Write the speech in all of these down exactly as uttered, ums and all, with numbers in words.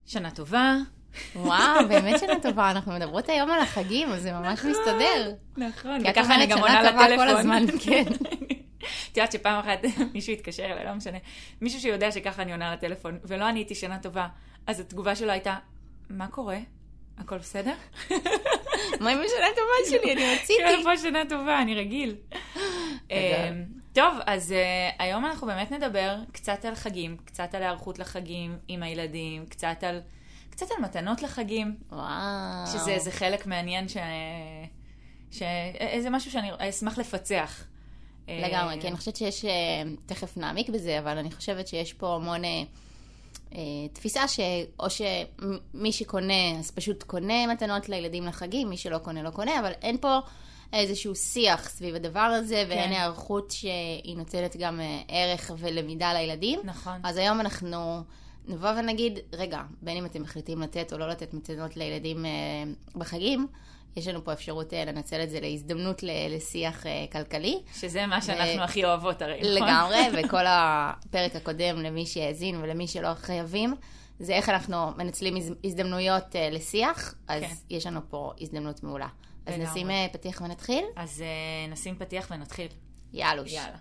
שנה טובה. וואו, באמת שנה טובה. אנחנו מדברות היום על החגים, אז זה ממש מסתדר. נכון, כי את וככה אני אומרת גם שנה עונה טובה לטלפון. כל הזמן, כן. את יודעת שפעם אחת מישהו התקשר אליי, לא משנה, מישהו שיודע שככה אני עונה לטלפון, ולא עניתי שנה טובה, אז התגובה שלו הייתה, מה קורה? הכל בסדר? מה עם השנה טובה שלי? אני רציתי. כן, פה שנה טובה, אני רגיל. טוב, אז היום אנחנו באמת נדבר קצת על חגים, קצת על היערכות לחגים עם הילדים, קצת על קצת על מתנות לחגים. וואו. שזה איזה חלק מעניין ש... ש... איזה משהו שאני אשמח לפצח. לגמרי, כי אני חושבת שיש, תכף נעמיק בזה, אבל אני חושבת שיש פה המון אה, תפיסה ש... או שמי שקונה, אז פשוט קונה מתנות לילדים לחגים, מי שלא קונה, לא קונה, אבל אין פה איזשהו שיח סביב הדבר הזה, כן. ואין הערכות שהיא נותנת גם ערך ולמידה לילדים. נכון. אז היום אנחנו נבוא ונגיד, רגע, בין אם אתם מחליטים לתת או לא לתת מתנות לילדים אה, בחגים, יש לנו פה אפשרות לנצל את זה להזדמנות לשיח כלכלי. שזה מה שאנחנו הכי אוהבות הרי, נכון? לגמרי, וכל הפרק הקודם למי שהאזין ולמי שלא חייבים, זה איך אנחנו מנצלים הזדמנויות לשיח, אז יש לנו פה הזדמנות מעולה. אז נשים פתיח ונתחיל? אז נשים פתיח ונתחיל. יאלוש. יאללה.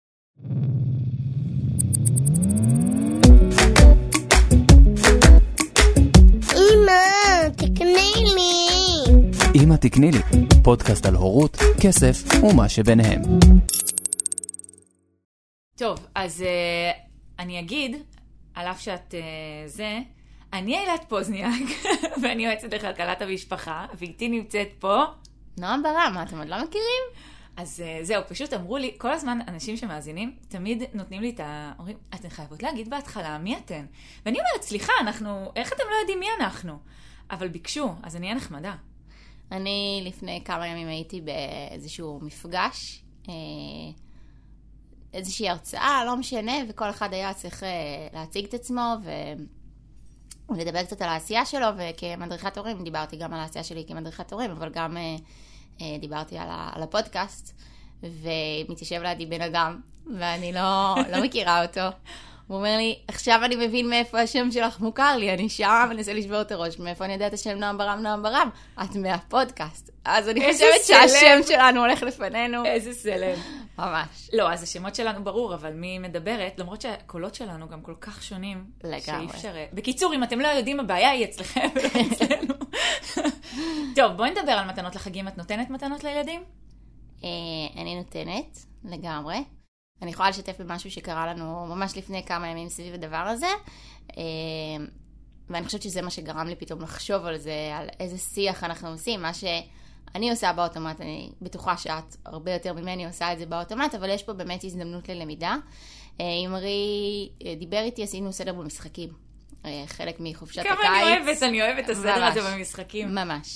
אמא, תקני לי. אמא תקני לי, פודקאסט על הורות, כסף ומה שביניהם. טוב, אז uh, אני אגיד, על אף שאת uh, זה, אני אילת פוזניאק, ואני יועצת לכלכלת המשפחה, ואיתי נמצאת פה. נועם ברם, אתם עוד לא מכירים? אז uh, זהו, פשוט אמרו לי, כל הזמן אנשים שמאזינים, תמיד נותנים לי את ה... אומרים, אתן חייבות להגיד בהתחלה, מי אתן? ואני אומרת, סליחה, אנחנו, איך אתם לא יודעים מי אנחנו? אבל ביקשו, אז אני אהיה נחמדה. אני לפני כמה ימים הייתי באיזשהו מפגש, איזושהי הרצאה, לא משנה, וכל אחד היה צריך להציג את עצמו ולדבר קצת על העשייה שלו, וכמדריכת הורים דיברתי גם על העשייה שלי כמדריכת הורים, אבל גם דיברתי על הפודקאסט, ומתיישב לידי בן אדם, ואני לא, לא מכירה אותו. הוא אומר לי, עכשיו אני מבין מאיפה השם שלך מוכר לי, אני שם מנסה לשבור את הראש, מאיפה אני יודעת השם נועם ברם, נועם ברם? את מהפודקאסט. אז אני חושבת שהשם שלנו הולך לפנינו. איזה סלם. ממש. לא, אז השמות שלנו ברור, אבל מי מדברת, למרות שהקולות שלנו גם כל כך שונים. לגמרי. אפשר... בקיצור, אם אתם לא יודעים, הבעיה היא אצלכם ולא אצלנו. טוב, בואי נדבר על מתנות לחגים. את נותנת מתנות לילדים? אני נותנת, לגמרי. אני יכולה לשתף במשהו שקרה לנו ממש לפני כמה ימים סביב הדבר הזה, ואני חושבת שזה מה שגרם לי פתאום לחשוב על זה, על איזה שיח אנחנו עושים, מה שאני עושה באוטומט, אני בטוחה שאת הרבה יותר ממני עושה את זה באוטומט, אבל יש פה באמת הזדמנות ללמידה. אמרי דיבר איתי, עשינו סדר במשחקים, חלק מחופשת הקיץ. כמה אני אוהבת, אני אוהבת את הסדר הזה במשחקים. ממש.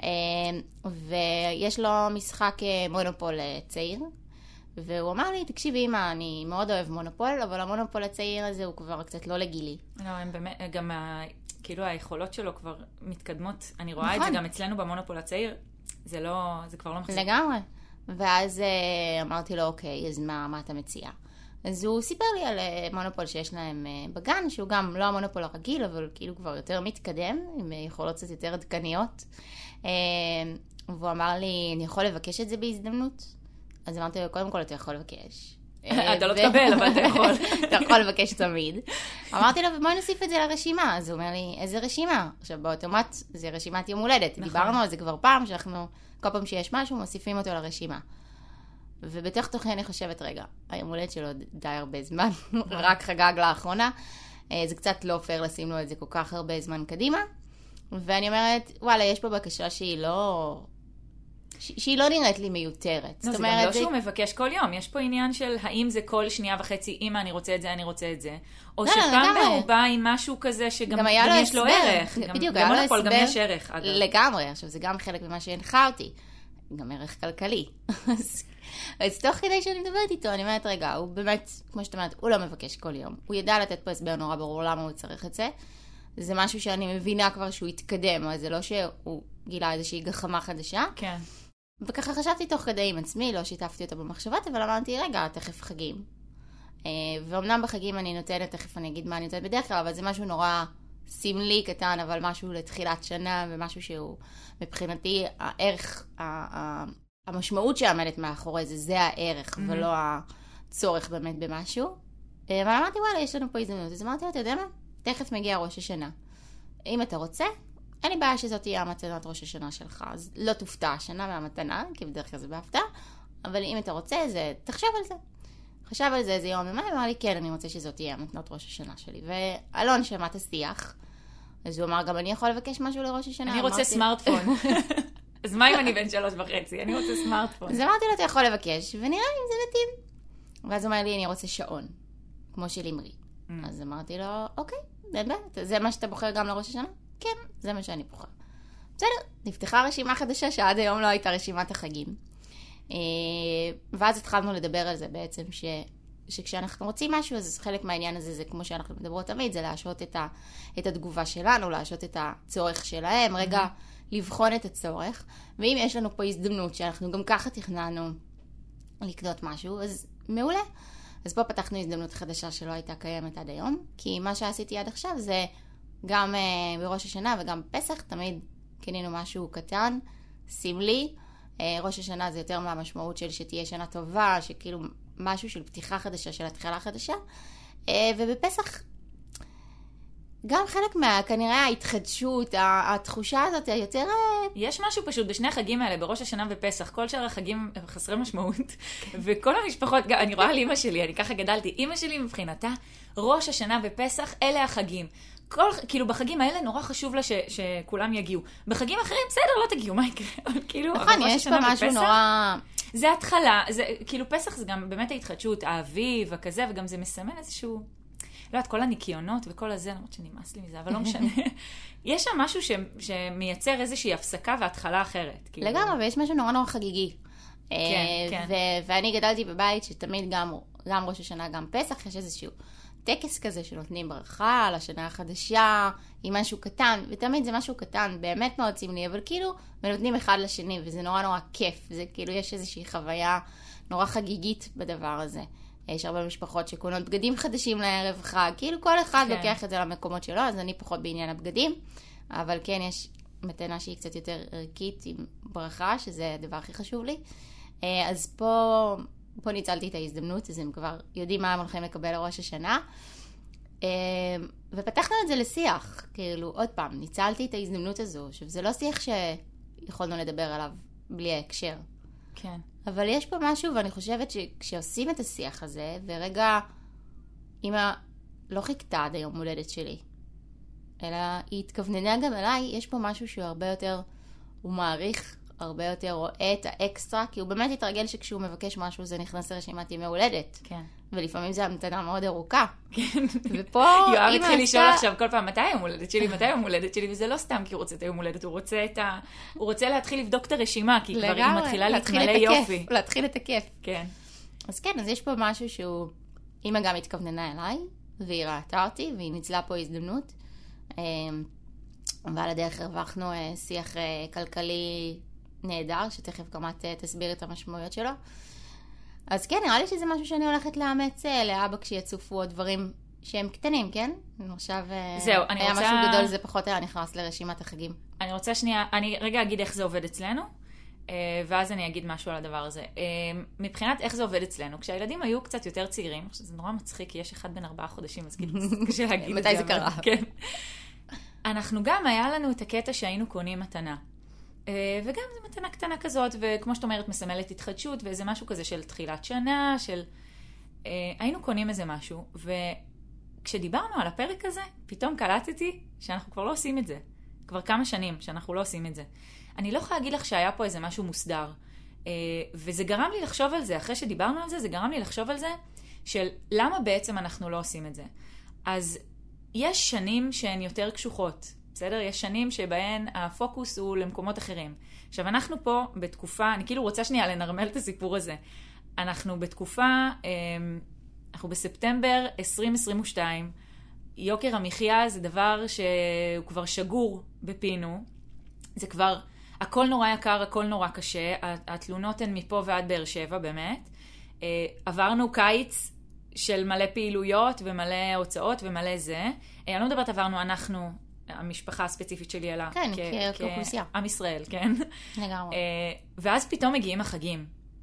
ויש לו משחק מונופול צעיר, והוא אמר לי, תקשיבי אמא, אני מאוד אוהב מונופול, אבל המונופול הצעיר הזה הוא כבר קצת לא לגילי. לא, הם באמת, גם ה, כאילו היכולות שלו כבר מתקדמות. אני רואה נכון. את זה גם אצלנו במונופול הצעיר, זה לא, זה כבר לא מחזיק. לגמרי. ואז אמרתי לו, אוקיי, אז מה, מה אתה מציע? אז הוא סיפר לי על מונופול שיש להם בגן, שהוא גם לא המונופול הרגיל, אבל כאילו כבר יותר מתקדם, עם יכולות קצת יותר עדכניות. והוא אמר לי, אני יכול לבקש את זה בהזדמנות? אז אמרתי לו, קודם כל אתה יכול לבקש. אתה לא תקבל, אבל אתה יכול. אתה יכול לבקש תמיד. אמרתי לו, בואי נוסיף את זה לרשימה. אז הוא אומר לי, איזה רשימה? עכשיו, באוטומט זה רשימת יום הולדת. דיברנו על זה כבר פעם, שאנחנו, כל פעם שיש משהו, מוסיפים אותו לרשימה. ובתוך תוכי אני חושבת, רגע, היום הולדת שלו די הרבה זמן, רק חגג לאחרונה. זה קצת לא פייר לשים לו את זה כל כך הרבה זמן קדימה. ואני אומרת, וואלה, יש פה בקשה שהיא לא... שהיא לא נראית לי מיותרת. לא, זה גם לא שהוא מבקש כל יום. יש פה עניין של האם זה כל שנייה וחצי, אמא, אני רוצה את זה, אני רוצה את זה. או שפעם הוא בא עם משהו כזה שגם יש לו ערך. בדיוק, היה לו הסבר. גם יש ערך, אגב. לגמרי. עכשיו, זה גם חלק ממה שהנחה אותי. גם ערך כלכלי. אז תוך כדי שאני מדברת איתו, אני אומרת, רגע, הוא באמת, כמו שאת אומרת, הוא לא מבקש כל יום. הוא ידע לתת פה הסבר נורא ברור למה הוא צריך את זה. זה משהו שאני מבינה כבר שהוא יתקדם, אבל זה לא שהוא גילה איזושהי גחמה חדשה. כן. וככה חשבתי תוך כדי עם עצמי, לא שיתפתי אותו במחשבות, אבל אמרתי, רגע, תכף חגים. ואומנם בחגים אני נותנת, תכף אני אגיד מה אני נותנת בדרך כלל, אבל זה משהו נורא סמלי קטן, אבל משהו לתחילת שנה, ומשהו שהוא מבחינתי הערך, המשמעות שעמדת מאחורי זה, זה הערך, mm-hmm. ולא הצורך באמת במשהו. אבל אמרתי, וואלה, יש לנו פה הזדמנות. אז אמרתי, אתה יודע מה? תכף מגיע ראש השנה. אם אתה רוצה, אין לי בעיה שזאת תהיה המתנת ראש השנה שלך. אז לא תופתע השנה מהמתנה, כי בדרך כלל זה בהפתעה, אבל אם אתה רוצה, זה, תחשב על זה. חשב על זה איזה יום ומה, אמר לי, כן, אני רוצה שזאת תהיה המתנת ראש השנה שלי. ואלון שמע את השיח, אז הוא אמר, גם אני יכול לבקש משהו לראש השנה? אני רוצה סמארטפון. אז מה אם אני בן שלוש וחצי? אני רוצה סמארטפון. אז אמרתי לו, אתה יכול לבקש, ונראה אם זה מתאים. ואז הוא אמר לי, אני רוצה שעון, כמו של אמרי. אז אמרתי לו, אוקיי, באמת, זה מה שאתה בוחר גם לראש השנה? כן, זה מה שאני בוחר. בסדר, נפתחה רשימה חדשה שעד היום לא הייתה רשימת החגים. ואז התחלנו לדבר על זה בעצם, ש... שכשאנחנו רוצים משהו, אז חלק מהעניין הזה זה כמו שאנחנו מדברות תמיד, זה להשעות את, ה... את התגובה שלנו, להשעות את הצורך שלהם, רגע לבחון את הצורך. ואם יש לנו פה הזדמנות שאנחנו גם ככה תכננו לקנות משהו, אז מעולה. אז פה פתחנו הזדמנות חדשה שלא הייתה קיימת עד היום, כי מה שעשיתי עד עכשיו זה גם uh, בראש השנה וגם פסח, תמיד קנינו משהו קטן, סמלי. Uh, ראש השנה זה יותר מהמשמעות של שתהיה שנה טובה, שכאילו משהו של פתיחה חדשה, של התחלה חדשה. Uh, ובפסח גם חלק מה, כנראה ההתחדשות, התחושה הזאת היותר... יש משהו פשוט בשני החגים האלה, בראש השנה ופסח, כל שאר החגים חסרי משמעות, וכל המשפחות, אני רואה על אמא שלי, אני ככה גדלתי, אמא שלי מבחינתה, ראש השנה ופסח, אלה החגים. כל, כאילו בחגים האלה נורא חשוב לה ש, שכולם יגיעו. בחגים אחרים, בסדר, לא תגיעו, מה יקרה? כאילו, נכון, יש פה משהו נורא... זה התחלה, זה, כאילו פסח זה גם באמת ההתחדשות, האביב, הכזה, וגם זה מסמן איזשהו... לא, את כל הניקיונות וכל הזה, למרות שנמאס לי מזה, אבל לא משנה. יש שם משהו ש, שמייצר איזושהי הפסקה והתחלה אחרת. כאילו... לגמרי, ויש משהו נורא נורא חגיגי. כן, כן. ו- ואני גדלתי בבית שתמיד גם, גם ראש השנה, גם פסח, יש איזשהו טקס כזה שנותנים ברכה לשנה החדשה, עם משהו קטן, ותמיד זה משהו קטן, באמת מאוד סמלי, אבל כאילו, ונותנים אחד לשני, וזה נורא נורא כיף. זה כאילו, יש איזושהי חוויה נורא חגיגית בדבר הזה. יש הרבה משפחות שקונות בגדים חדשים לערב חג, כאילו כל אחד כן. לוקח את זה למקומות שלו, אז אני פחות בעניין הבגדים, אבל כן יש מתנה שהיא קצת יותר ערכית עם ברכה, שזה הדבר הכי חשוב לי. אז פה, פה ניצלתי את ההזדמנות, אז הם כבר יודעים מה הם הולכים לקבל לראש השנה. ופתחנו את זה לשיח, כאילו עוד פעם, ניצלתי את ההזדמנות הזו, שזה לא שיח שיכולנו לדבר עליו בלי ההקשר. כן. אבל יש פה משהו, ואני חושבת שכשעושים את השיח הזה, ורגע, אמא לא חיכתה עד היום הולדת שלי, אלא היא התכווננה גם אליי, יש פה משהו שהוא הרבה יותר, הוא מעריך, הרבה יותר רואה את האקסטרה, כי הוא באמת התרגל שכשהוא מבקש משהו, זה נכנס לרשימת ימי הולדת. כן. ולפעמים זה המתנה מאוד ארוכה. כן. ופה... יואב התחיל לשאול עכשיו כל פעם, מתי היום הולדת שלי, מתי היום הולדת שלי, וזה לא סתם כי הוא רוצה את היום הולדת, הוא רוצה את ה... הוא רוצה להתחיל לבדוק את הרשימה, כי כבר היא מתחילה להתמלא יופי. להתחיל את הכיף. כן. אז כן, אז יש פה משהו שהוא... אמא גם התכווננה אליי, והיא ראתה אותי, והיא ניצלה פה הזדמנות. ועל הדרך הרווחנו שיח כלכלי נהדר, שתכף גם את תסביר את המשמעויות שלו. אז כן, נראה לי שזה משהו שאני הולכת לאמץ לאבא כשיצופו עוד דברים שהם קטנים, כן? עכשיו זהו, אני היה רוצה... משהו גדול, זה פחות היה נכנס לרשימת החגים. אני רוצה שנייה, אני רגע אגיד איך זה עובד אצלנו, ואז אני אגיד משהו על הדבר הזה. מבחינת איך זה עובד אצלנו, כשהילדים היו קצת יותר צעירים, זה נורא מצחיק, כי יש אחד בין ארבעה חודשים, אז כאילו קשה להגיד את זה. מתי זה קרה? כן. אנחנו גם, היה לנו את הקטע שהיינו קונים מתנה. וגם זו מתנה קטנה כזאת, וכמו שאת אומרת, מסמלת התחדשות, ואיזה משהו כזה של תחילת שנה, של... היינו קונים איזה משהו, וכשדיברנו על הפרק הזה, פתאום קלטתי שאנחנו כבר לא עושים את זה. כבר כמה שנים שאנחנו לא עושים את זה. אני לא יכולה להגיד לך שהיה פה איזה משהו מוסדר, וזה גרם לי לחשוב על זה, אחרי שדיברנו על זה, זה גרם לי לחשוב על זה, של למה בעצם אנחנו לא עושים את זה. אז יש שנים שהן יותר קשוחות, בסדר? יש שנים שבהן הפוקוס הוא למקומות אחרים. עכשיו, אנחנו פה בתקופה, אני כאילו רוצה שנייה לנרמל את הסיפור הזה. אנחנו בתקופה, אנחנו בספטמבר עשרים עשרים ושתיים, יוקר המחיה זה דבר שהוא כבר שגור בפינו, זה כבר, הכל נורא יקר, הכל נורא קשה, התלונות הן מפה ועד באר שבע באמת. עברנו קיץ של מלא פעילויות ומלא הוצאות ומלא זה. אני לא מדברת עברנו, אנחנו, המשפחה הספציפית שלי עלה. כן, כאוכלוסייה. עם ישראל, כן. לגמרי. ואז פתאום מגיעים החגים.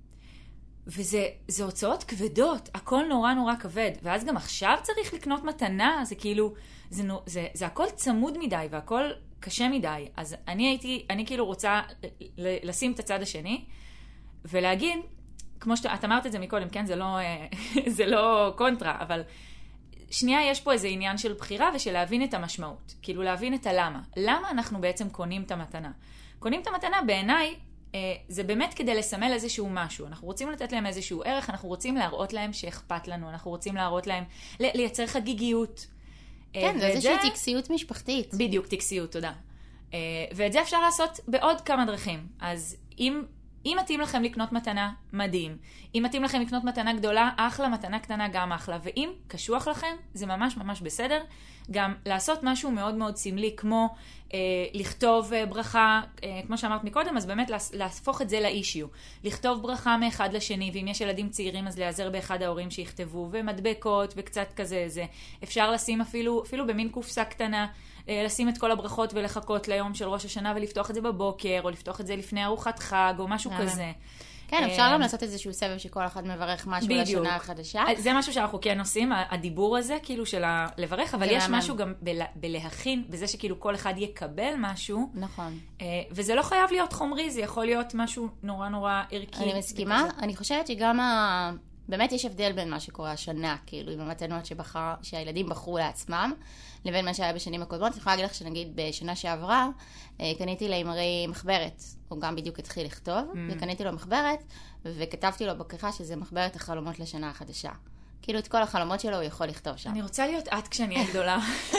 וזה זה הוצאות כבדות, הכל נורא נורא כבד. ואז גם עכשיו צריך לקנות מתנה, זה כאילו, זה, זה, זה הכל צמוד מדי והכל קשה מדי. אז אני הייתי, אני כאילו רוצה לשים את הצד השני, ולהגיד, כמו שאת אמרת את זה מקודם, כן, זה לא, זה לא קונטרה, אבל שנייה יש פה איזה עניין של בחירה ושל להבין את המשמעות. כאילו להבין את הלמה. למה אנחנו בעצם קונים את המתנה? קונים את המתנה בעיניי, זה באמת כדי לסמל איזשהו משהו. אנחנו רוצים לתת להם איזשהו ערך, אנחנו רוצים להראות להם שאכפת לנו, אנחנו רוצים להראות להם, לייצר חגיגיות. כן, זה איזושהי טקסיות משפחתית. בדיוק, טקסיות, תודה. ואת זה אפשר לעשות בעוד כמה דרכים. אז אם, אם מתאים לכם לקנות מתנה, מדהים. אם מתאים לכם לקנות מתנה גדולה, אחלה, מתנה קטנה גם אחלה. ואם קשוח לכם, זה ממש ממש בסדר. גם לעשות משהו מאוד מאוד סמלי, כמו אה, לכתוב אה, ברכה, אה, כמו שאמרת מקודם, אז באמת להפוך את זה לאישיו. לכתוב ברכה מאחד לשני, ואם יש ילדים צעירים, אז להיעזר באחד ההורים שיכתבו, ומדבקות, וקצת כזה, זה. אפשר לשים אפילו, אפילו במין קופסה קטנה, אה, לשים את כל הברכות ולחכות ליום של ראש השנה, ולפתוח את זה בבוקר, או לפתוח את זה לפני ארוחת חג, או משהו כזה. כן, אפשר גם לעשות איזשהו סבב שכל אחד מברך משהו לשנה החדשה. זה משהו שאנחנו כן עושים, הדיבור הזה, כאילו של לברך, אבל יש משהו גם בלהכין, בזה שכאילו כל אחד יקבל משהו. נכון. וזה לא חייב להיות חומרי, זה יכול להיות משהו נורא נורא ערכי. אני מסכימה, אני חושבת שגם ה... באמת יש הבדל בין מה שקורה השנה, כאילו, עם המתנות שבחר, שהילדים בחרו לעצמם, לבין מה שהיה בשנים הקודמות. אני יכולה להגיד לך שנגיד בשנה שעברה, קניתי לאמרי מחברת, הוא גם בדיוק התחיל לכתוב, mm. וקניתי לו מחברת, וכתבתי לו בכריכה שזה מחברת החלומות לשנה החדשה. כאילו את כל החלומות שלו הוא יכול לכתוב שם. אני רוצה להיות את כשאני אהיה גדולה.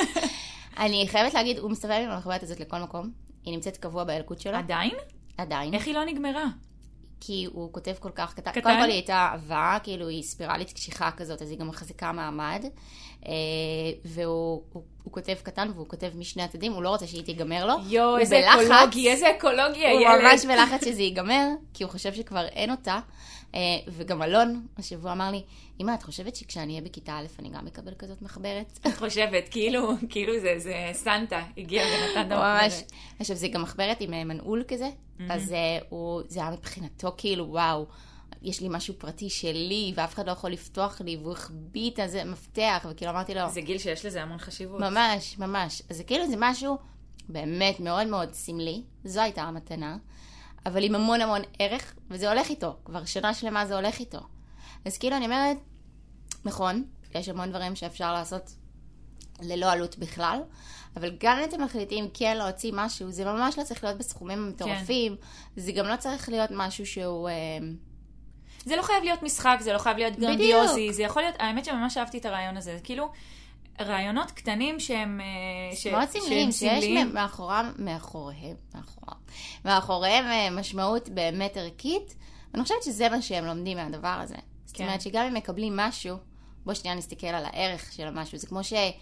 אני חייבת להגיד, הוא מסתובב עם המחברת הזאת לכל מקום, היא נמצאת קבוע בילקוט שלו. עדיין? עדיין. איך היא לא נגמרה? כי הוא כותב כל כך קטן. קטן? קודם כל היא הייתה עבה, כאילו היא ספירלית קשיחה כזאת, אז היא גם מחזיקה מעמד. והוא הוא, הוא כותב קטן, והוא כותב משני הצדדים, הוא לא רוצה שהיא תיגמר לו. יו, איזה בלחץ, אקולוגי, איזה אקולוגי הילד. הוא ממש בלחץ שזה ייגמר, כי הוא חושב שכבר אין אותה. וגם אלון, השבוע אמר לי, אמא, את חושבת שכשאני אהיה בכיתה א' אני גם אקבל כזאת מחברת? את חושבת, כאילו, כאילו זה, זה סנטה, הגיע ונתן את המחברת. עכשיו, זה גם מחברת עם מנעול כזה, אז הוא, זה היה מבחינתו כאילו, וואו, יש לי משהו פרטי שלי, ואף אחד לא יכול לפתוח לי, והוא החביא את זה מפתח, וכאילו אמרתי לו... זה גיל שיש לזה המון חשיבות. ממש, ממש. אז זה כאילו, זה משהו באמת מאוד מאוד סמלי, זו הייתה המתנה, אבל עם המון המון ערך, וזה הולך איתו, כבר שנה שלמה זה הולך איתו. אז כאילו אני אומרת, נכון, יש המון דברים שאפשר לעשות ללא עלות בכלל, אבל גם אם אתם מחליטים כן להוציא משהו, זה ממש לא צריך להיות בסכומים מטורפים, כן. זה גם לא צריך להיות משהו שהוא... זה לא חייב להיות משחק, זה לא חייב להיות גרנדיוזי, זה יכול להיות, האמת שממש אהבתי את הרעיון הזה, כאילו, רעיונות קטנים שהם... מאוד סמליים, שיש מאחוריהם, מאחוריהם, מאחוריהם, מאחוריהם משמעות באמת ערכית, ואני חושבת שזה מה שהם לומדים מהדבר הזה. כן. זאת אומרת שגם אם מקבלים משהו, בוא שנייה נסתכל על הערך של המשהו, זה כמו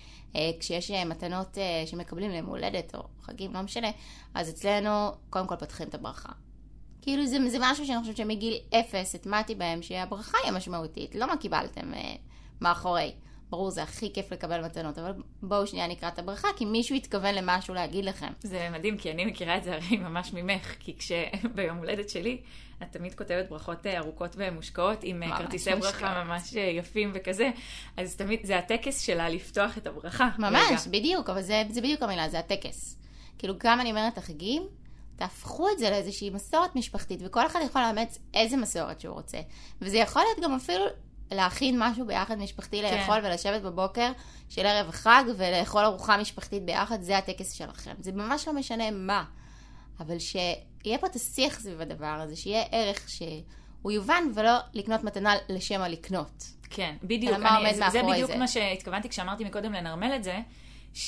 שכשיש מתנות שמקבלים להם הולדת או חגים, לא משנה, אז אצלנו קודם כל פתחים את הברכה. כאילו זה, זה משהו שאני חושבת שמגיל אפס התמעתי בהם שהברכה היא משמעותית, לא מה קיבלתם אה, מאחורי. ברור, זה הכי כיף לקבל מתנות, אבל בואו שנייה נקרא את הברכה, כי מישהו התכוון למשהו להגיד לכם. זה מדהים, כי אני מכירה את זה הרי ממש ממך, כי כשביום הולדת שלי, את תמיד כותבת ברכות ארוכות ומושקעות, עם כרטיסי ברכה ממש יפים וכזה, אז תמיד זה הטקס שלה לפתוח את הברכה. ממש, רגע. בדיוק, אבל זה, זה בדיוק המילה, זה הטקס. כאילו גם אני אומרת החגים, תהפכו את זה לאיזושהי מסורת משפחתית, וכל אחד יכול לאמץ איזה מסורת שהוא רוצה. וזה יכול להיות גם אפילו להכין משהו ביחד משפחתי לאכול, כן. ולשבת בבוקר של ערב חג, ולאכול ארוחה משפחתית ביחד, זה הטקס שלכם. זה ממש לא משנה מה. אבל שיהיה פה את השיח סביב הדבר הזה, שיהיה ערך שהוא יובן, ולא לקנות מתנה לשם הלקנות. כן, בדיוק. אני, זה, זה בדיוק זה. מה שהתכוונתי כשאמרתי מקודם לנרמל את זה, ש...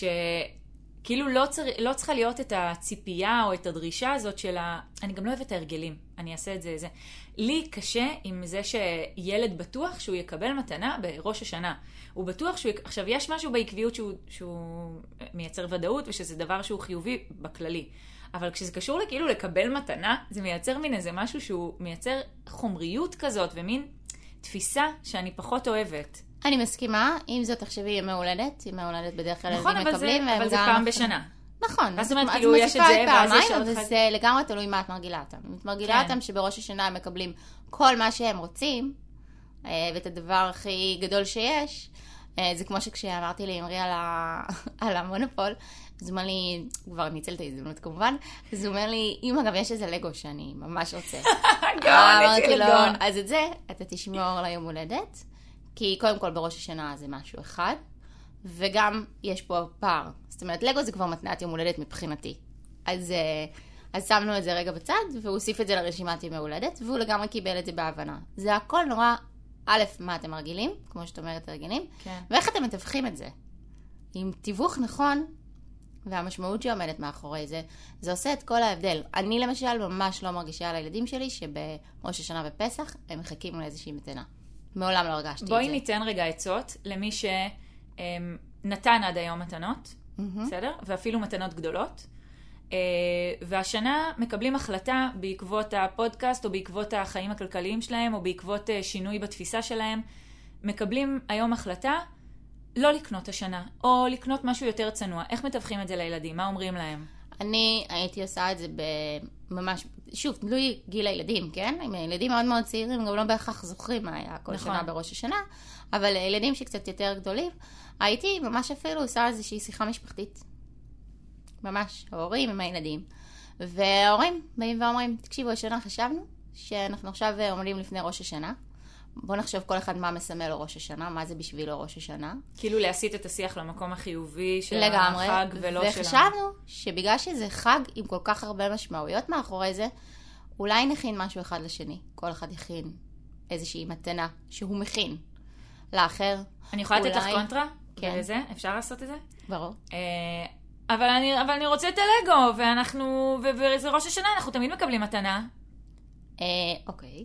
כאילו לא, צר... לא צריכה להיות את הציפייה או את הדרישה הזאת של ה... אני גם לא אוהבת את ההרגלים, אני אעשה את זה, זה. לי קשה עם זה שילד בטוח שהוא יקבל מתנה בראש השנה. הוא בטוח שהוא... עכשיו, יש משהו בעקביות שהוא, שהוא מייצר ודאות, ושזה דבר שהוא חיובי בכללי. אבל כשזה קשור לכאילו לקבל מתנה, זה מייצר מין איזה משהו שהוא מייצר חומריות כזאת, ומין תפיסה שאני פחות אוהבת. אני מסכימה, אם זאת תחשבי ימי הולדת, ימי הולדת בדרך כלל נכון, ילדים אבל זה, מקבלים. אבל זה פעם בשנה. נכון. זאת אומרת, אז כאילו, יש את מוסיפה זה, ואז יש פעמיים, עוד אחד. וזה לגמרי תלוי מה את מרגילה אותם. אם את מרגילה כן. אותם שבראש השנה הם מקבלים כל מה שהם רוצים, אה, ואת הדבר הכי גדול שיש, אה, זה כמו שכשאמרתי לאמרי על, ה... על המונופול, אז הוא אומר לי, כבר ניצל את ההזדמנות כמובן, אז הוא אומר לי, אם אגב יש איזה לגו שאני ממש רוצה. אמרתי לו, אז את זה אתה תשמור ליום הולדת, כי קודם כל בראש השנה זה משהו אחד, וגם יש פה פער. זאת אומרת, לגו זה כבר מתנת יום הולדת מבחינתי. אז, אז שמנו את זה רגע בצד, והוא הוסיף את זה לרשימת ימי הולדת, והוא לגמרי קיבל את זה בהבנה. זה הכל נורא, א', מה אתם מרגילים, כמו שאת אומרת, הרגלים, כן. ואיך אתם מתווכים את זה. עם תיווך נכון, והמשמעות שעומדת מאחורי זה, זה עושה את כל ההבדל. אני למשל ממש לא מרגישה על הילדים שלי, שבראש השנה ופסח הם מחכים לאיזושהי מתנה. מעולם לא הרגשתי את זה. בואי ניתן רגע עצות למי שנתן עד היום מתנות, בסדר? ואפילו מתנות גדולות. והשנה מקבלים החלטה בעקבות הפודקאסט, או בעקבות החיים הכלכליים שלהם, או בעקבות שינוי בתפיסה שלהם. מקבלים היום החלטה לא לקנות השנה, או לקנות משהו יותר צנוע. איך מתווכים את זה לילדים? מה אומרים להם? אני הייתי עושה את זה בממש, שוב, תלוי גיל הילדים, כן? עם ילדים מאוד מאוד צעירים, גם לא בהכרח זוכרים מה היה כל נכון. שנה בראש השנה, אבל ילדים שקצת יותר גדולים, הייתי ממש אפילו עושה איזושהי שיחה משפחתית. ממש, ההורים עם הילדים. וההורים באים ואומרים, תקשיבו, השנה חשבנו שאנחנו עכשיו עומדים לפני ראש השנה, בוא נחשוב כל אחד מה מסמל לו ראש השנה, מה זה בשבילו ראש השנה. כאילו להסיט את השיח למקום החיובי של לגמרי. החג ולא שלנו. וחשבנו שבגלל שזה חג עם כל כך הרבה משמעויות מאחורי זה, אולי נכין משהו אחד לשני. כל אחד יכין איזושהי מתנה שהוא מכין לאחר. אני יכולה אולי... לתת לך קונטרה? כן. ולזה? אפשר לעשות את זה? ברור. אה, אבל אני, אבל אני רוצה את הלגו, ואנחנו, וזה ראש השנה, אנחנו תמיד מקבלים מתנה. אה, אוקיי.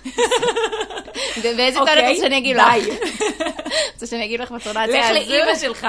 באיזה טון אתה רוצה שאני אגיד לך? ביי. רוצה שאני אגיד לך בטונציה לך הזו? לאמא שלך.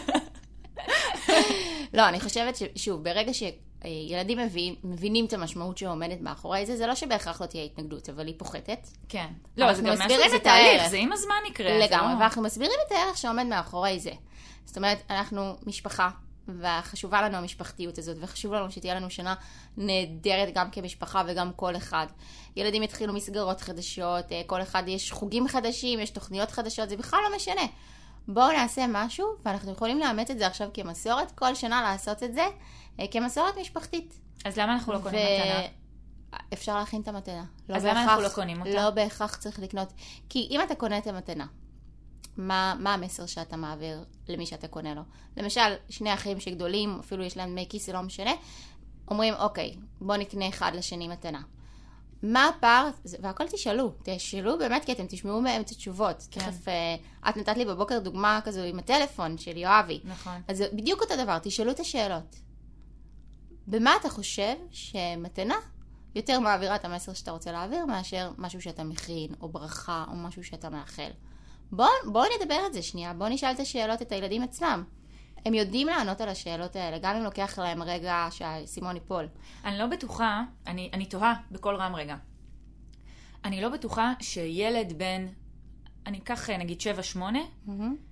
לא, אני חושבת ששוב, ברגע שילדים מבין, מבינים את המשמעות שעומדת מאחורי זה, זה לא שבהכרח לא תהיה התנגדות, אבל היא פוחתת. כן. לא, זה גם משהו, זה את תהליך, הערך. זה עם הזמן יקרה. לגמרי, לא... ואנחנו מסבירים את הערך שעומד מאחורי זה. זאת אומרת, אנחנו משפחה, וחשובה לנו המשפחתיות הזאת, וחשוב לנו שתהיה לנו שנה נהדרת גם כמשפחה וגם כל אחד. ילדים התחילו מסגרות חדשות, כל אחד יש חוגים חדשים, יש תוכניות חדשות, זה בכלל לא משנה. בואו נעשה משהו, ואנחנו יכולים לאמץ את זה עכשיו כמסורת, כל שנה לעשות את זה כמסורת משפחתית. אז למה אנחנו לא קונים מתנה? אפשר להכין את המתנה. אז למה אנחנו לא קונים אותה? לא בהכרח צריך לקנות. כי אם אתה קונה את המתנה, מה, מה המסר שאתה מעביר למי שאתה קונה לו? למשל, שני אחים שגדולים, אפילו יש להם דמי כיס, זה לא משנה, אומרים, אוקיי, בוא נקנה אחד לשני מתנה. מה הפער? והכל תשאלו, תשאלו באמת, כי אתם תשמעו מהם את התשובות. כן. תכף, את נתת לי בבוקר דוגמה כזו עם הטלפון של יואבי. נכון. אז זה בדיוק אותו דבר, תשאלו את השאלות. במה אתה חושב שמתנה יותר מעבירה את המסר שאתה רוצה להעביר, מאשר משהו שאתה מכין, או ברכה, או משהו שאתה מאחל? בואו בוא נדבר את זה שנייה, בואו נשאל את השאלות את הילדים עצמם. הם יודעים לענות על השאלות האלה, גם אם לוקח להם רגע שהסימון ייפול. אני לא בטוחה, אני, אני תוהה בכל רם רגע. אני לא בטוחה שילד בן, אני אקח נגיד שבע שמונה, mm-hmm.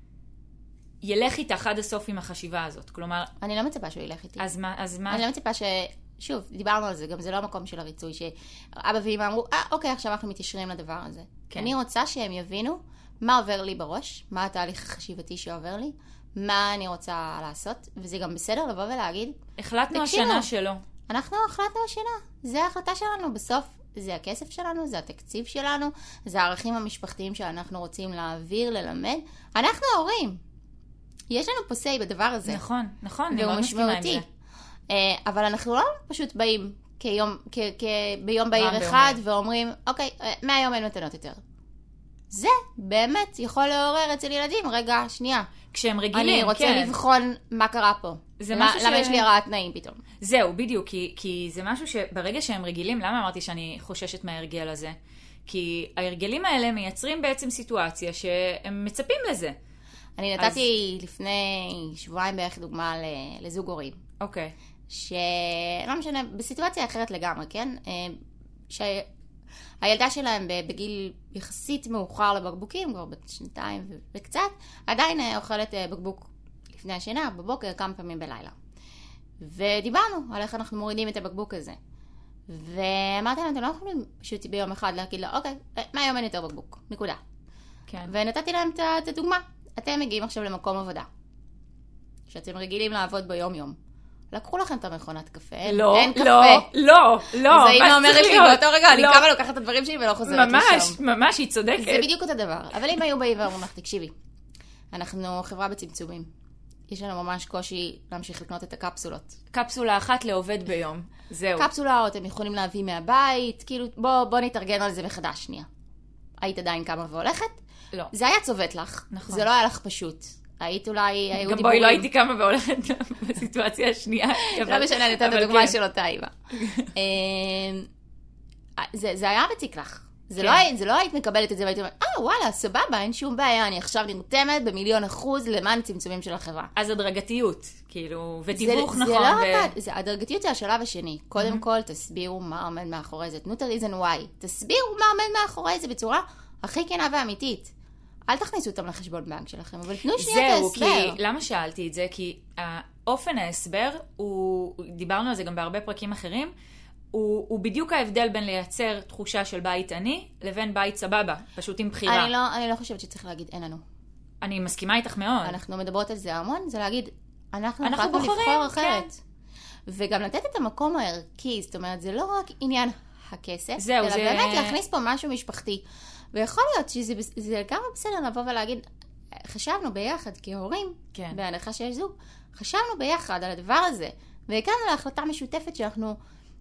ילך איתך עד הסוף עם החשיבה הזאת. כלומר... אני לא מצפה שהוא ילך איתי. אז מה? אז מה? אני לא מצפה ש... שוב, דיברנו על זה, גם זה לא המקום של הריצוי, שאבא ואמא אמרו, אה, אוקיי, עכשיו אנחנו מתיישרים לדבר הזה. כן. אני רוצה שהם יבינו מה עובר לי בראש, מה התהליך החשיבתי שעובר לי, מה אני רוצה לעשות, וזה גם בסדר לבוא ולהגיד, החלטנו השנה שלו. אנחנו החלטנו השנה, זה ההחלטה שלנו, בסוף זה הכסף שלנו, זה התקציב שלנו, זה הערכים המשפחתיים שאנחנו רוצים להעביר, ללמד. אנחנו ההורים. יש לנו פה סיי בדבר הזה. נכון, נכון, אני והוא מאוד מסכימה עם משמעותי. זה. אבל אנחנו לא פשוט באים כיום, כ- כ- ביום בהיר אחד ואומרים, אוקיי, מהיום אין מתנות יותר. זה באמת יכול לעורר אצל ילדים, רגע, שנייה. כשהם רגילים, אני רוצה כן. לבחון מה קרה פה. זה למה, משהו ש... למה יש לי הרעת תנאים פתאום? זהו, בדיוק, כי, כי זה משהו שברגע שהם רגילים, למה אמרתי שאני חוששת מההרגל הזה? כי ההרגלים האלה מייצרים בעצם סיטואציה שהם מצפים לזה. אני נתתי אז... לפני שבועיים בערך דוגמה לזוג הורים. אוקיי. שלא משנה, בסיטואציה אחרת לגמרי, כן? הילדה שלהם בגיל יחסית מאוחר לבקבוקים, כבר בת שנתיים וקצת, עדיין אוכלת בקבוק לפני השינה, בבוקר, כמה פעמים בלילה. ודיברנו על איך אנחנו מורידים את הבקבוק הזה. ואמרתי להם, אתם לא יכולים פשוט ביום אחד להגיד לה, אוקיי, מהיום אין יותר בקבוק, נקודה. כן. ונתתי להם את הדוגמה. אתם מגיעים עכשיו למקום עבודה, שאתם רגילים לעבוד ביום יום. לקחו לכם את המכונת קפה, אין, לא, אין קפה. לא, לא, לא. אז האמא אומרת לי באותו רגע, אני קמה לוקחת את הדברים שלי ולא חוזרת ממש, לשם. ממש, היא צודקת. זה בדיוק אותו דבר. אבל אם היו באים ואומרים לך, תקשיבי, אנחנו חברה בצמצומים. יש לנו ממש קושי להמשיך לקנות את הקפסולות. קפסולה אחת לעובד ביום. זהו. קפסולות הם יכולים להביא מהבית, כאילו בוא, בוא נתארגן על זה מחדש שנייה. היית עדיין קמה והולכת? לא. זה היה צובט לך. נכון. זה לא היה לך פשוט. היית אולי, היו גם דיבורים. בואי לא הייתי קמה והולכת בסיטואציה השנייה. לא משנה, אני אתן את הדוגמה של אותה אימא. זה היה מציק לך. זה לא היית מקבלת את זה והיית אומרת, אה וואלה, סבבה, אין שום בעיה, אני עכשיו נרתמת במיליון אחוז למען צמצומים של החברה. אז הדרגתיות, כאילו, ותיווך נכון. זה לא רק, הדרגתיות זה השלב השני. קודם כל, תסבירו מה עומד מאחורי זה. תנו את ה-reason why. תסבירו מה עומד מאחורי זה בצורה הכי כנה ואמיתית. אל תכניסו אותם לחשבון בנק שלכם, אבל תנו שנייה את ההסבר. זהו, כי, למה שאלתי את זה? כי האופן ההסבר, הוא, דיברנו על זה גם בהרבה פרקים אחרים, הוא, הוא בדיוק ההבדל בין לייצר תחושה של בית עני, לבין בית סבבה, פשוט עם בחירה. אני לא, אני לא חושבת שצריך להגיד, אין לנו. אני מסכימה איתך מאוד. אנחנו מדברות על זה המון, זה להגיד, אנחנו, אנחנו החלטנו בוחרים, לבחור אחרת. כן. וגם לתת את המקום הערכי, זאת אומרת, זה לא רק עניין הכסף, זהו, אלא זה... באמת להכניס פה משהו משפחתי. ויכול להיות שזה זה גם בסדר לבוא ולהגיד, חשבנו ביחד כהורים, כן. בהנחה שיש זוג, חשבנו ביחד על הדבר הזה, והגענו להחלטה משותפת שאנחנו,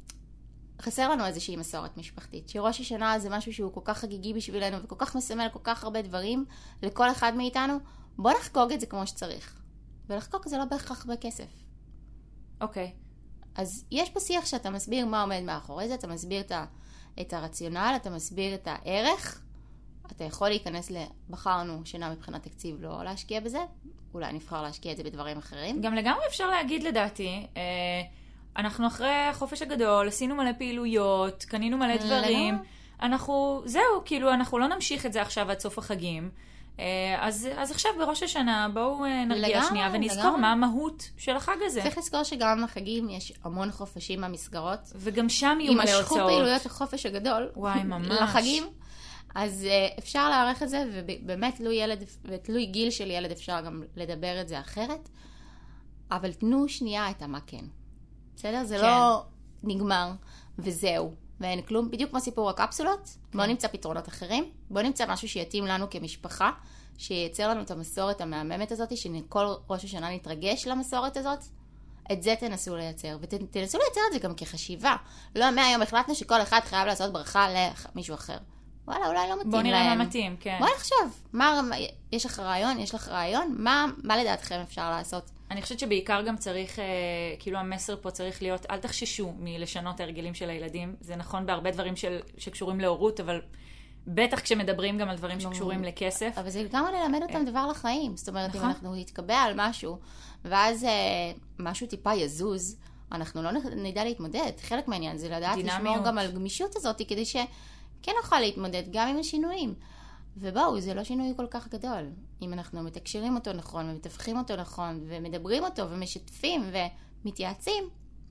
חסר לנו איזושהי מסורת משפחתית, שראש השנה זה משהו שהוא כל כך חגיגי בשבילנו, וכל כך מסמל כל כך הרבה דברים לכל אחד מאיתנו, בוא נחגוג את זה כמו שצריך. ולחגוג זה לא בהכרח בכסף. אוקיי. אז יש פה שיח שאתה מסביר מה עומד מאחורי זה, אתה מסביר את, ה, את הרציונל, אתה מסביר את הערך, אתה יכול להיכנס לבחרנו שינה מבחינת תקציב לא להשקיע בזה, אולי נבחר להשקיע את זה בדברים אחרים. גם לגמרי אפשר להגיד לדעתי, אה, אנחנו אחרי החופש הגדול, עשינו מלא פעילויות, קנינו מלא דברים, אנחנו, זהו, כאילו אנחנו לא נמשיך את זה עכשיו עד סוף החגים, אז, אז עכשיו בראש השנה בואו נרגיע לגמרי, שנייה ונזכור לגמרי. מה המהות של החג הזה. צריך לזכור שגם החגים יש המון חופשים מהמסגרות. וגם שם יהיו מלא הוצאות. יימשכו פעילויות החופש הגדול. וואי, ממש. לחגים. אז אפשר לערך את זה, ובאמת תלוי ילד, ותלוי גיל של ילד אפשר גם לדבר את זה אחרת. אבל תנו שנייה את המה כן. בסדר? זה כן. לא נגמר, וזהו. ואין כלום, בדיוק כמו סיפור הקפסולות, כן. בואו נמצא פתרונות אחרים, בואו נמצא משהו שיתאים לנו כמשפחה, שייצר לנו את המסורת המהממת הזאת, שכל ראש השנה נתרגש למסורת הזאת, את זה תנסו לייצר, ותנסו לייצר את זה גם כחשיבה. לא מהיום החלטנו שכל אחד חייב לעשות ברכה למישהו אחר. וואלה, אולי לא מתאים להם. בואו נראה מה מתאים, כן. בואו נחשוב, מה, יש לך רעיון, יש לך רעיון, מה, מה לדעתכם אפשר לעשות? אני חושבת שבעיקר גם צריך, אה, כאילו המסר פה צריך להיות, אל תחששו מלשנות ההרגלים של הילדים. זה נכון בהרבה דברים של, שקשורים להורות, אבל בטח כשמדברים גם על דברים שקשורים לכסף. אבל זה גם ללמד אותם דבר לחיים. זאת אומרת, אם אנחנו נתקבע על משהו, ואז אה, משהו טיפה יזוז, אנחנו לא נדע להתמודד. חלק מהעניין זה לדעת לשמור גם על גמישות הזאת, כדי שכן נוכל להתמודד גם עם השינויים. ובואו, זה לא שינוי כל כך גדול. אם אנחנו מתקשרים אותו נכון, ומתווכים אותו נכון, ומדברים אותו, ומשתפים, ומתייעצים,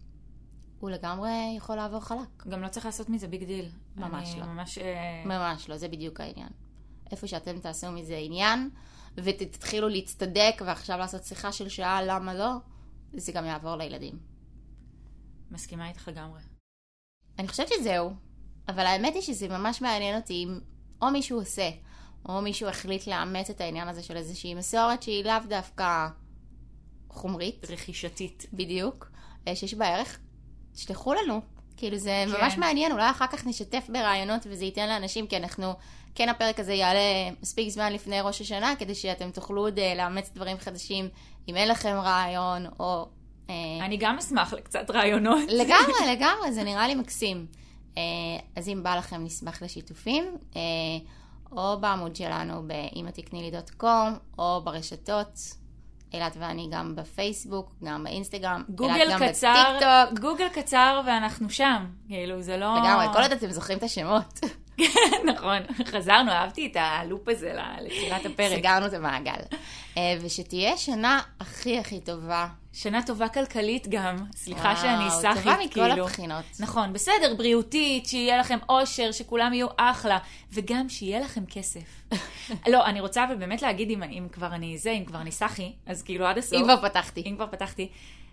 הוא לגמרי יכול לעבור חלק. גם לא צריך לעשות מזה ביג דיל. ממש לא. ממש... ממש לא, זה בדיוק העניין. איפה שאתם תעשו מזה עניין, ותתחילו להצטדק, ועכשיו לעשות שיחה של שעה, למה לא, זה גם יעבור לילדים. מסכימה איתך לגמרי. אני חושבת שזהו, אבל האמת היא שזה ממש מעניין אותי אם או מישהו עושה, או מישהו החליט לאמץ את העניין הזה של איזושהי מסורת שהיא לאו דווקא חומרית. רכישתית. בדיוק. שיש בה ערך. תשלחו לנו. כאילו זה כן. ממש מעניין. אולי אחר כך נשתף ברעיונות וזה ייתן לאנשים, כי אנחנו, כן הפרק הזה יעלה מספיק זמן לפני ראש השנה, כדי שאתם תוכלו עוד לאמץ דברים חדשים, אם אין לכם רעיון, או... אני גם אשמח לקצת רעיונות. לגמרי, לגמרי. זה נראה לי מקסים. אז אם בא לכם נשמח לשיתופים, או בעמוד שלנו ב-אמא תקני לי דוט קום, או ברשתות, אילת ואני גם בפייסבוק, גם באינסטגרם, גוגל אילת גם קצר, בטיקטוק. גוגל קצר ואנחנו שם. כאילו, זה לא... לגמרי, כל עוד אתם זוכרים את השמות. נכון, חזרנו, אהבתי את הלופ הזה לתחילת הפרק. סגרנו את המעגל. ושתהיה שנה הכי הכי טובה. שנה טובה כלכלית גם, סליחה שאני סחית, כאילו. טובה מכל הבחינות. נכון, בסדר, בריאותית, שיהיה לכם אושר, שכולם יהיו אחלה, וגם שיהיה לכם כסף. לא, אני רוצה אבל באמת להגיד, אם, אם כבר אני זה, אם כבר אני סחי, אז כאילו עד הסוף. אם כבר פתחתי. אם כבר פתחתי.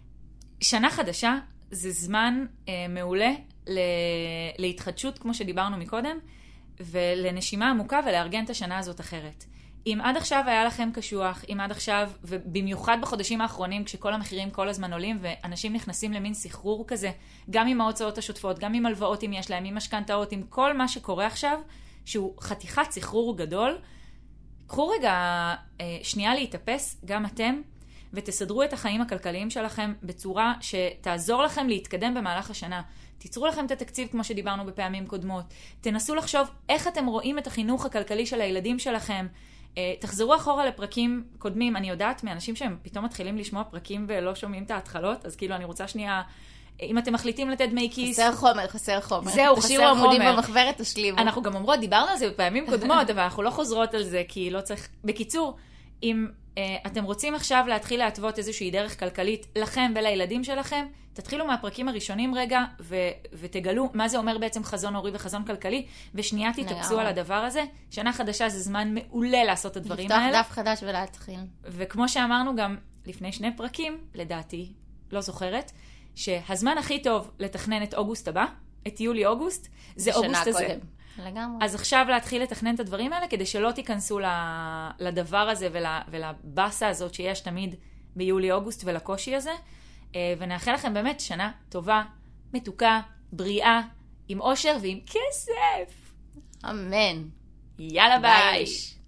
שנה חדשה זה זמן אה, מעולה ל, להתחדשות, כמו שדיברנו מקודם, ולנשימה עמוקה ולארגן את השנה הזאת אחרת. אם עד עכשיו היה לכם קשוח, אם עד עכשיו, ובמיוחד בחודשים האחרונים, כשכל המחירים כל הזמן עולים, ואנשים נכנסים למין סחרור כזה, גם עם ההוצאות השוטפות, גם עם הלוואות אם יש להם, עם משכנתאות, עם כל מה שקורה עכשיו, שהוא חתיכת סחרור גדול, קחו רגע שנייה להתאפס, גם אתם, ותסדרו את החיים הכלכליים שלכם בצורה שתעזור לכם להתקדם במהלך השנה. תיצרו לכם את התקציב כמו שדיברנו בפעמים קודמות. תנסו לחשוב איך אתם רואים את החינוך הכלכלי של הילדים שלכם. תחזרו אחורה לפרקים קודמים. אני יודעת מאנשים שהם פתאום מתחילים לשמוע פרקים ולא שומעים את ההתחלות, אז כאילו אני רוצה שנייה, אם אתם מחליטים לתת דמי כיס... חסר חומר, חסר חומר. זהו, חסר תשאירו עמודים חומר. במחברת, תשלימו. אנחנו גם אומרות, דיברנו על זה בפעמים קודמות, אבל אנחנו לא חוזרות על זה, כי לא צריך... בקיצור, אם uh, אתם רוצים עכשיו להתחיל להתוות איזושהי דרך כלכלית לכם ולילדים שלכם, תתחילו מהפרקים הראשונים רגע, ו- ותגלו מה זה אומר בעצם חזון הורי וחזון כלכלי, ושנייה תתאפסו על הדבר הזה. שנה חדשה זה זמן מעולה לעשות את הדברים האלה. לפתוח דף חדש ולהתחיל. וכמו שאמרנו גם לפני שני פרקים, לדעתי, לא זוכרת, שהזמן הכי טוב לתכנן את אוגוסט הבא, את יולי-אוגוסט, זה אוגוסט הזה. קודם. לגמרי. אז עכשיו להתחיל לתכנן את הדברים האלה, כדי שלא תיכנסו לדבר הזה ולבאסה הזאת שיש תמיד ביולי-אוגוסט ולקושי הזה, ונאחל לכם באמת שנה טובה, מתוקה, בריאה, עם אושר ועם כסף. אמן. יאללה ביי. ביי.